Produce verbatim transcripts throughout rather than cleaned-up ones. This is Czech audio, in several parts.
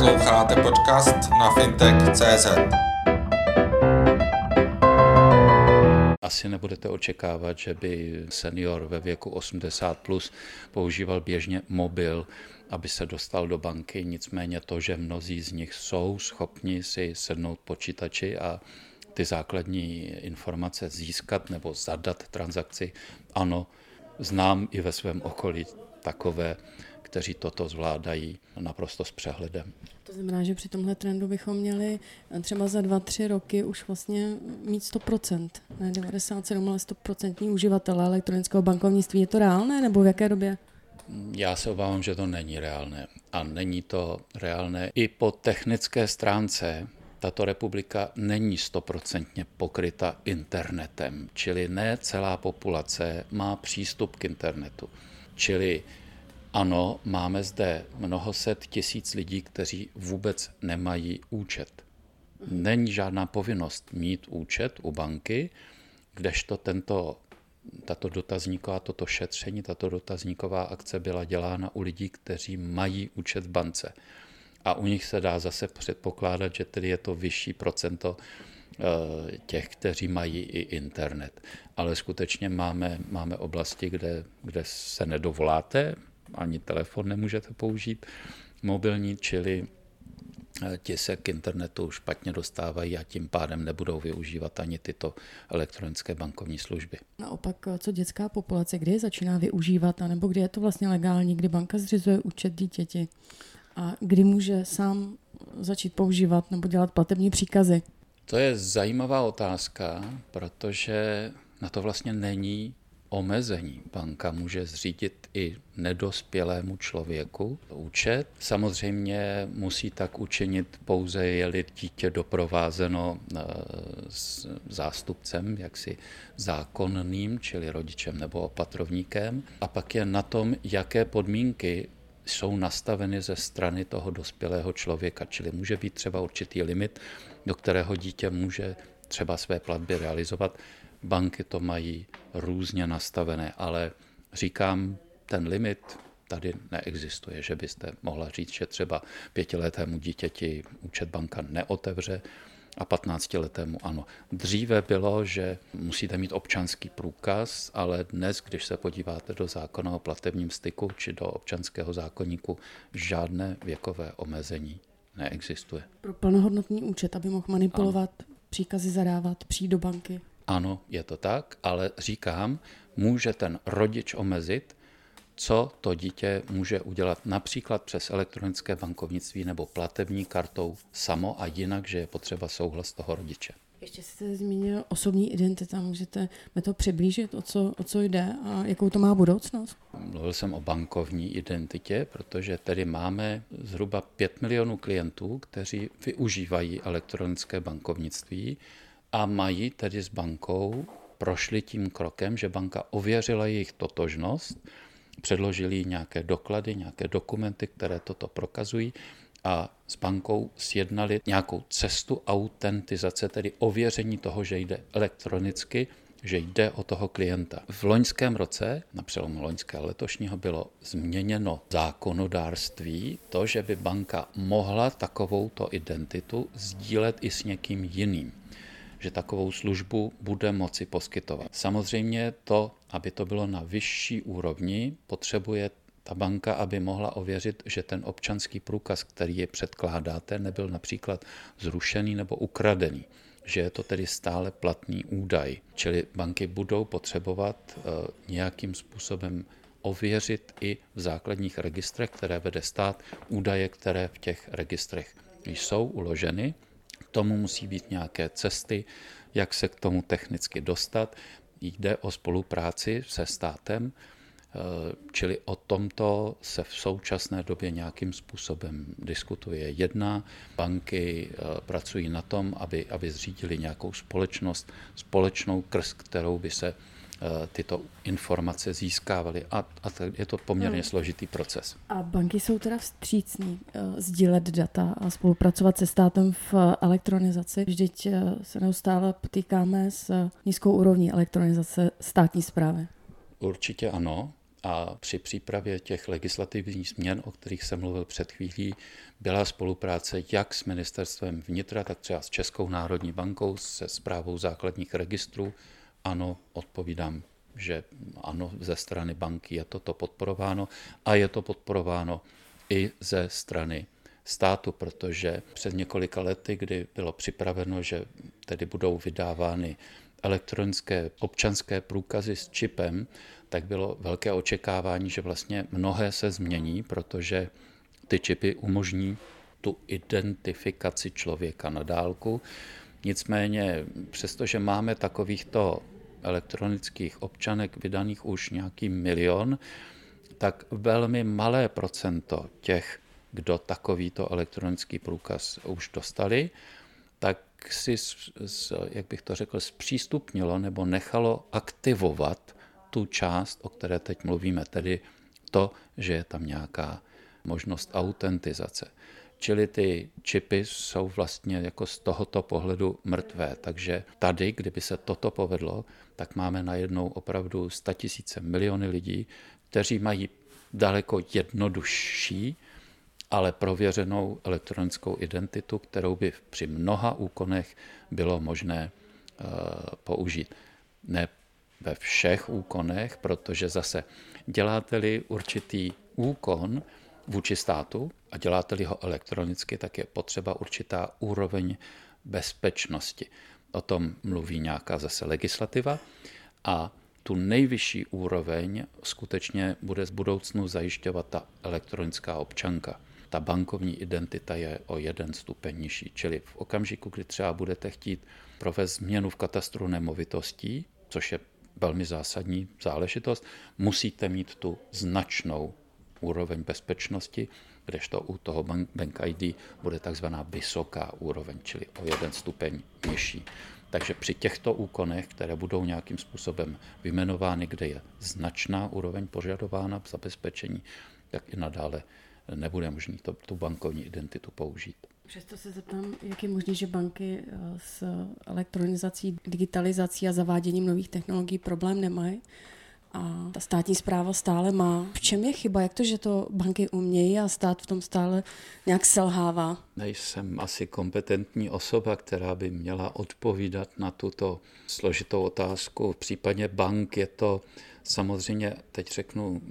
Posloucháte podcast na fintech tečka cé zet. Asi nebudete očekávat, že by senior ve věku osmdesát plus používal běžně mobil, aby se dostal do banky. Nicméně to, že mnozí z nich jsou schopni si sednout k počítači a ty základní informace získat nebo zadat transakci, ano, znám i ve svém okolí takové, kteří toto zvládají naprosto s přehledem. To znamená, že při tomhle trendu bychom měli třeba za dva, tři roky už vlastně mít sto procent, ne devadesát sedm, ale sto procent uživatele elektronického bankovnictví. Je to reálné nebo v jaké době? Já se obávám, že to není reálné. A není to reálné i po technické stránce. Tato republika není stoprocentně pokryta internetem, čili ne celá populace má přístup k internetu. Čili ano, máme zde mnoho set tisíc lidí, kteří vůbec nemají účet. Není žádná povinnost mít účet u banky, kdežto tento, tato dotazníková, toto šetření, tato dotazníková akce byla dělána u lidí, kteří mají účet v bance. A u nich se dá zase předpokládat, že tedy je to vyšší procento těch, kteří mají i internet. Ale skutečně máme, máme oblasti, kde, kde se nedovoláte, ani telefon nemůžete použít, mobilní, čili ti se k internetu špatně dostávají a tím pádem nebudou využívat ani tyto elektronické bankovní služby. Naopak, co dětská populace, kdy je začíná využívat, anebo kdy je to vlastně legální, kdy banka zřizuje účet dítěti a kdy může sám začít používat nebo dělat platební příkazy? To je zajímavá otázka, protože na to vlastně není omezení. Banka může zřídit i nedospělému člověku účet. Samozřejmě musí tak učinit pouze, je-li dítě doprovázeno s zástupcem, jaksi zákonným, čili rodičem nebo opatrovníkem. A pak je na tom, jaké podmínky jsou nastaveny ze strany toho dospělého člověka, čili může být třeba určitý limit, do kterého dítě může třeba své platby realizovat. Banky to mají různě nastavené, ale říkám, ten limit tady neexistuje, že byste mohla říct, že třeba pětiletému dítěti účet banka neotevře a patnáctiletému ano. Dříve bylo, že musíte mít občanský průkaz, ale dnes, když se podíváte do zákona o platebním styku či do občanského zákoníku, žádné věkové omezení neexistuje. Pro plnohodnotný účet, aby mohl manipulovat, ano. Příkazy zadávat, přijít do banky. Ano, je to tak, ale říkám, může ten rodič omezit, co to dítě může udělat například přes elektronické bankovnictví nebo platební kartou samo a jinak, že je potřeba souhlas toho rodiče. Ještě jste zmínil osobní identita, můžete mi to přiblížit, o co, o co jde a jakou to má budoucnost? Mluvil jsem o bankovní identitě, protože tady máme zhruba pět milionů klientů, kteří využívají elektronické bankovnictví a mají tedy s bankou, prošli tím krokem, že banka ověřila jejich totožnost, předložili nějaké doklady, nějaké dokumenty, které toto prokazují a s bankou sjednali nějakou cestu autentizace, tedy ověření toho, že jde elektronicky, že jde o toho klienta. V loňském roce, na přelomu loňského a letošního, bylo změněno zákonodárství, to, že by banka mohla takovouto identitu sdílet i s někým jiným, že takovou službu bude moci poskytovat. Samozřejmě to, aby to bylo na vyšší úrovni, potřebuje ta banka, aby mohla ověřit, že ten občanský průkaz, který je předkládáte, nebyl například zrušený nebo ukradený, že je to tedy stále platný údaj. Čili banky budou potřebovat uh, nějakým způsobem ověřit i v základních registrech, které vede stát, údaje, které v těch registrech jsou uloženy. K tomu musí být nějaké cesty, jak se k tomu technicky dostat. Jde o spolupráci se státem, čili o tomto se v současné době nějakým způsobem diskutuje. Jedna, banky pracují na tom, aby, aby zřídili nějakou společnost, společnou, krz kterou by se tyto informace získávaly a, a je to poměrně hmm. složitý proces. A banky jsou teda vstřícní uh, sdílet data a spolupracovat se státem v uh, elektronizaci. Vždyť uh, se neustále potýkáme s uh, nízkou úrovní elektronizace státní správy. Určitě ano A při přípravě těch legislativních změn, o kterých jsem mluvil před chvílí, byla spolupráce jak s ministerstvem vnitra, tak třeba s Českou národní bankou, se správou základních registrů. Ano, odpovídám, že ano, ze strany banky je toto podporováno a je to podporováno i ze strany státu, protože před několika lety, kdy bylo připraveno, že tedy budou vydávány elektronické občanské průkazy s čipem, tak bylo velké očekávání, že vlastně mnohé se změní, protože ty čipy umožní tu identifikaci člověka na dálku. Nicméně, přestože máme takovýchto elektronických občanek vydaných už nějaký milion, tak velmi malé procento těch, kdo takovýto elektronický průkaz už dostali, tak si, jak bych to řekl, zpřístupnilo nebo nechalo aktivovat tu část, o které teď mluvíme, tedy to, že je tam nějaká možnost autentizace. Čili ty čipy jsou vlastně jako z tohoto pohledu mrtvé. Takže tady, kdyby se toto povedlo, tak máme najednou opravdu statisíce, miliony lidí, kteří mají daleko jednodušší, ale prověřenou elektronickou identitu, kterou by při mnoha úkonech bylo možné uh, použít. Ne ve všech úkonech, protože zase děláte-li určitý úkon vůči státu a děláte-li ho elektronicky, tak je potřeba určitá úroveň bezpečnosti. O tom mluví nějaká zase legislativa a tu nejvyšší úroveň skutečně bude z budoucnu zajišťovat ta elektronická občanka. Ta bankovní identita je o jeden stupeň nižší, čili v okamžiku, kdy třeba budete chtít provést změnu v katastru nemovitostí, což je velmi zásadní záležitost, musíte mít tu značnou úroveň bezpečnosti, kdežto u toho Bank í dé bude takzvaná vysoká úroveň, čili o jeden stupeň nižší. Takže při těchto úkonech, které budou nějakým způsobem vyjmenovány, kde je značná úroveň požadována v zabezpečení, tak i nadále nebude možné to, tu bankovní identitu použít. Přesto se zeptám, jak je možné, že banky s elektronizací, digitalizací a zaváděním nových technologií problém nemají a ta státní správa stále má. V čem je chyba? Jak to, že to banky umějí a stát v tom stále nějak selhává? Nejsem asi kompetentní osoba, která by měla odpovídat na tuto složitou otázku. V případě bank je to samozřejmě, teď řeknu,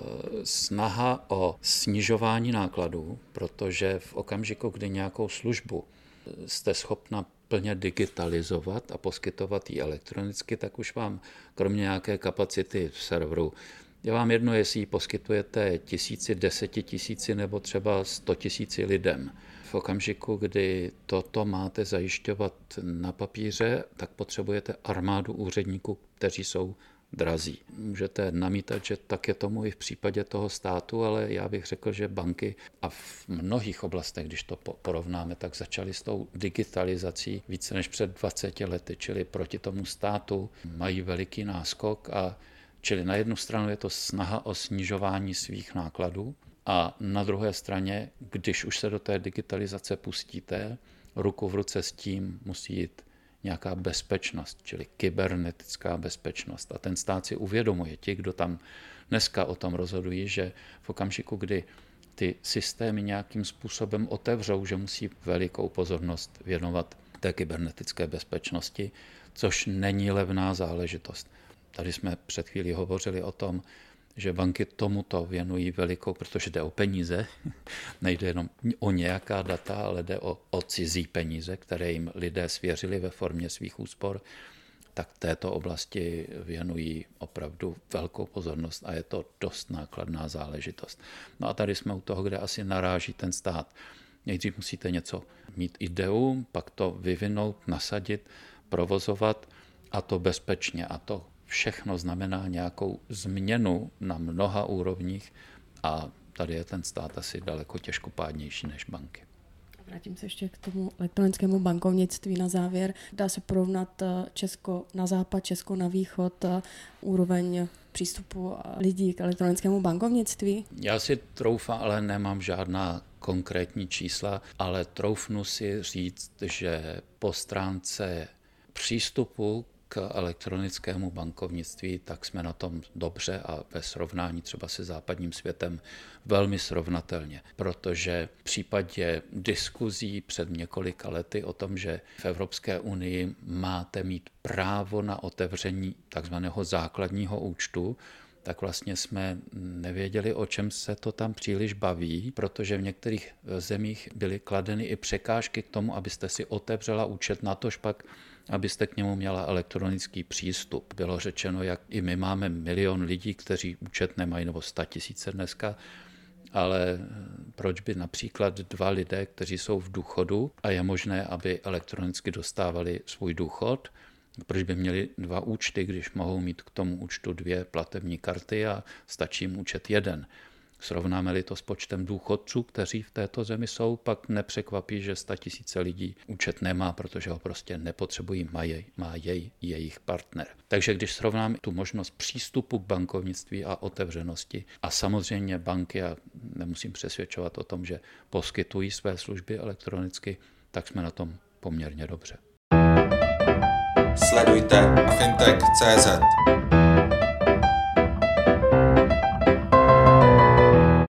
snaha o snižování nákladů, protože v okamžiku, kdy nějakou službu jste schopna plně digitalizovat a poskytovat ji elektronicky, tak už vám kromě nějaké kapacity v serveru, je vám jedno, jestli ji poskytujete tisíci, deseti tisíci nebo třeba sto tisíci lidem. V okamžiku, kdy toto máte zajišťovat na papíře, tak potřebujete armádu úředníků, kteří jsou drazí. Můžete namítat, že tak je tomu i v případě toho státu, ale já bych řekl, že banky a v mnohých oblastech, když to porovnáme, tak začaly s tou digitalizací více než před dvaceti lety, čili proti tomu státu mají veliký náskok a čili na jednu stranu je to snaha o snižování svých nákladů a na druhé straně, když už se do té digitalizace pustíte, ruku v ruce s tím musí jít nějaká bezpečnost, čili kybernetická bezpečnost. A ten stát si uvědomuje, ti, kdo tam dneska o tom rozhodují, že v okamžiku, kdy ty systémy nějakým způsobem otevřou, že musí velikou pozornost věnovat té kybernetické bezpečnosti, což není levná záležitost. Tady jsme před chvílí hovořili o tom, že banky tomuto věnují velikou, protože jde o peníze, nejde jenom o nějaká data, ale jde o, o cizí peníze, které jim lidé svěřili ve formě svých úspor, tak této oblasti věnují opravdu velkou pozornost a je to dost nákladná záležitost. No a tady jsme u toho, kde asi naráží ten stát. Nejdřív musíte něco mít ideu, pak to vyvinout, nasadit, provozovat a to bezpečně a to všechno znamená nějakou změnu na mnoha úrovních a tady je ten stát asi daleko těžkopádnější než banky. Vrátím se ještě k tomu elektronickému bankovnictví na závěr. Dá se porovnat Česko na západ, Česko na východ, úroveň přístupu lidí k elektronickému bankovnictví? Já si troufám, ale nemám žádná konkrétní čísla, ale troufnu si říct, že po stránce přístupu k elektronickému bankovnictví, tak jsme na tom dobře a ve srovnání třeba se západním světem velmi srovnatelně, protože v případě diskuzí před několika lety o tom, že v Evropské unii máte mít právo na otevření takzvaného základního účtu, tak vlastně jsme nevěděli, o čem se to tam příliš baví, protože v některých zemích byly kladeny i překážky k tomu, abyste si otevřela účet, natož pak, abyste k němu měla elektronický přístup. Bylo řečeno, jak i my máme milion lidí, kteří účet nemají, nebo sta tisíce dneska, ale proč by například dva lidé, kteří jsou v důchodu a je možné, aby elektronicky dostávali svůj důchod, proč by měli dva účty, když mohou mít k tomu účtu dvě platební karty a stačí jim účet jeden. Srovnáme-li to s počtem důchodců, kteří v této zemi jsou, pak nepřekvapí, že sta tisíce lidí účet nemá, protože ho prostě nepotřebují, má jej, má jej jejich partner. Takže když srovnám tu možnost přístupu k bankovnictví a otevřenosti a samozřejmě banky, a nemusím přesvědčovat o tom, že poskytují své služby elektronicky, tak jsme na tom poměrně dobře. Sledujte fintech tečka cé zet.